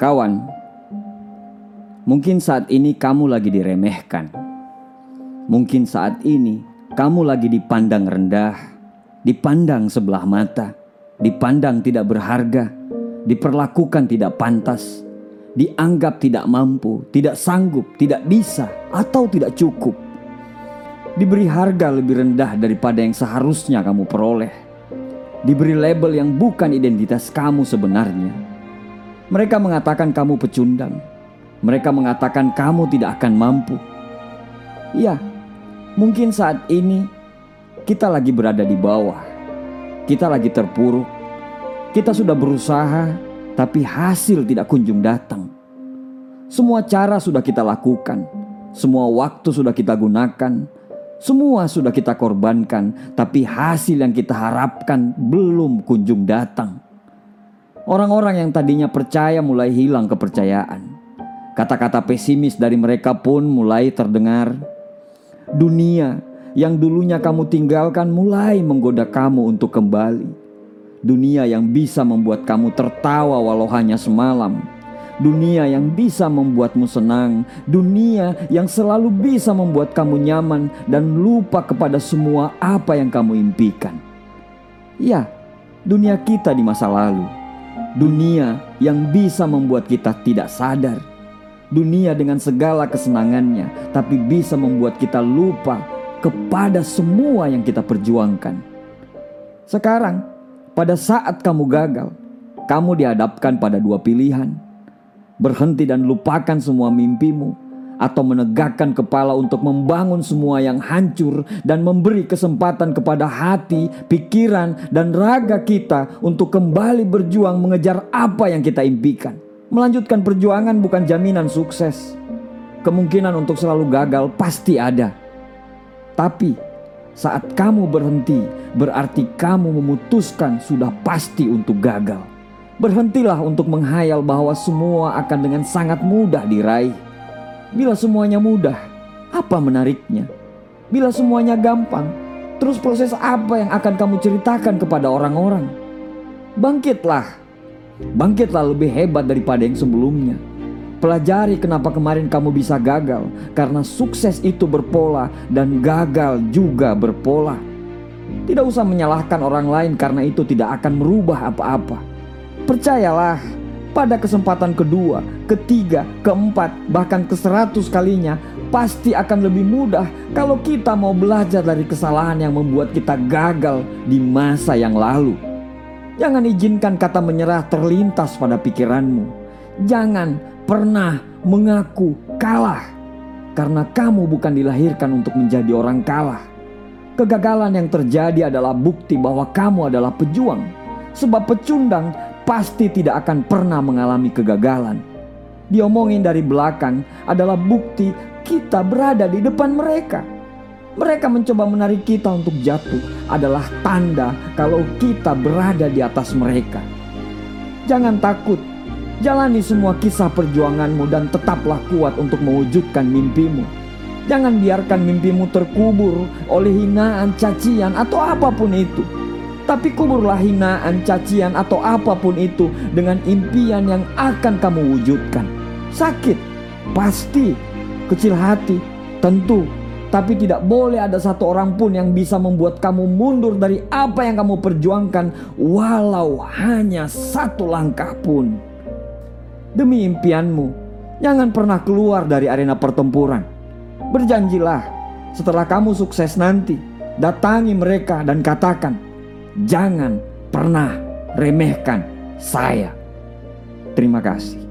Kawan, mungkin saat ini kamu lagi diremehkan. Mungkin saat ini kamu lagi dipandang rendah, dipandang sebelah mata, dipandang tidak berharga, diperlakukan tidak pantas, dianggap tidak mampu, tidak sanggup, tidak bisa, atau tidak cukup. Diberi harga lebih rendah daripada yang seharusnya kamu peroleh. Diberi label yang bukan identitas kamu sebenarnya. Mereka mengatakan kamu pecundang. Mereka mengatakan kamu tidak akan mampu. Ya, mungkin saat ini kita lagi berada di bawah. Kita lagi terpuruk. Kita sudah berusaha, tapi hasil tidak kunjung datang. Semua cara sudah kita lakukan. Semua waktu sudah kita gunakan. Semua sudah kita korbankan, tapi hasil yang kita harapkan belum kunjung datang. Orang-orang yang tadinya percaya mulai hilang kepercayaan. Kata-kata pesimis dari mereka pun mulai terdengar. Dunia yang dulunya kamu tinggalkan mulai menggoda kamu untuk kembali. Dunia yang bisa membuat kamu tertawa walau hanya semalam. Dunia yang bisa membuatmu senang. Dunia yang selalu bisa membuat kamu nyaman dan lupa kepada semua apa yang kamu impikan. Ya, dunia kita di masa lalu. Dunia yang bisa membuat kita tidak sadar. Dunia dengan segala kesenangannya, tapi bisa membuat kita lupa kepada semua yang kita perjuangkan. Sekarang, pada saat kamu gagal, kamu dihadapkan pada dua pilihan. Berhenti dan lupakan semua mimpimu, atau menegakkan kepala untuk membangun semua yang hancur dan memberi kesempatan kepada hati, pikiran, dan raga kita untuk kembali berjuang mengejar apa yang kita impikan. Melanjutkan perjuangan bukan jaminan sukses. Kemungkinan untuk selalu gagal pasti ada. Tapi saat kamu berhenti, berarti kamu memutuskan sudah pasti untuk gagal. Berhentilah untuk menghayal bahwa semua akan dengan sangat mudah diraih. Bila semuanya mudah, apa menariknya? Bila semuanya gampang, terus proses apa yang akan kamu ceritakan kepada orang-orang? Bangkitlah. Bangkitlah lebih hebat daripada yang sebelumnya. Pelajari kenapa kemarin kamu bisa gagal. Karena sukses itu berpola dan gagal juga berpola. Tidak usah menyalahkan orang lain karena itu tidak akan merubah apa-apa. Percayalah, pada kesempatan kedua, ketiga, keempat, bahkan ke-100 kalinya, pasti akan lebih mudah kalau kita mau belajar dari kesalahan yang membuat kita gagal di masa yang lalu. Jangan izinkan kata menyerah terlintas pada pikiranmu. Jangan pernah mengaku kalah, karena kamu bukan dilahirkan untuk menjadi orang kalah. Kegagalan yang terjadi adalah bukti bahwa kamu adalah pejuang. Sebab pecundang pasti tidak akan pernah mengalami kegagalan. Diomongin dari belakang adalah bukti kita berada di depan mereka. Mereka mencoba menarik kita untuk jatuh adalah tanda kalau kita berada di atas mereka. Jangan takut. Jalani semua kisah perjuanganmu dan tetaplah kuat untuk mewujudkan mimpimu. Jangan biarkan mimpimu terkubur oleh hinaan, cacian, atau apapun itu. Tapi kuburlah hinaan, cacian, atau apapun itu dengan impian yang akan kamu wujudkan. Sakit, pasti. Kecil hati, tentu. Tapi tidak boleh ada satu orang pun yang bisa membuat kamu mundur dari apa yang kamu perjuangkan, walau hanya satu langkah pun. Demi impianmu, jangan pernah keluar dari arena pertempuran. Berjanjilah, setelah kamu sukses nanti, datangi mereka dan katakan, jangan pernah remehkan saya. Terima kasih.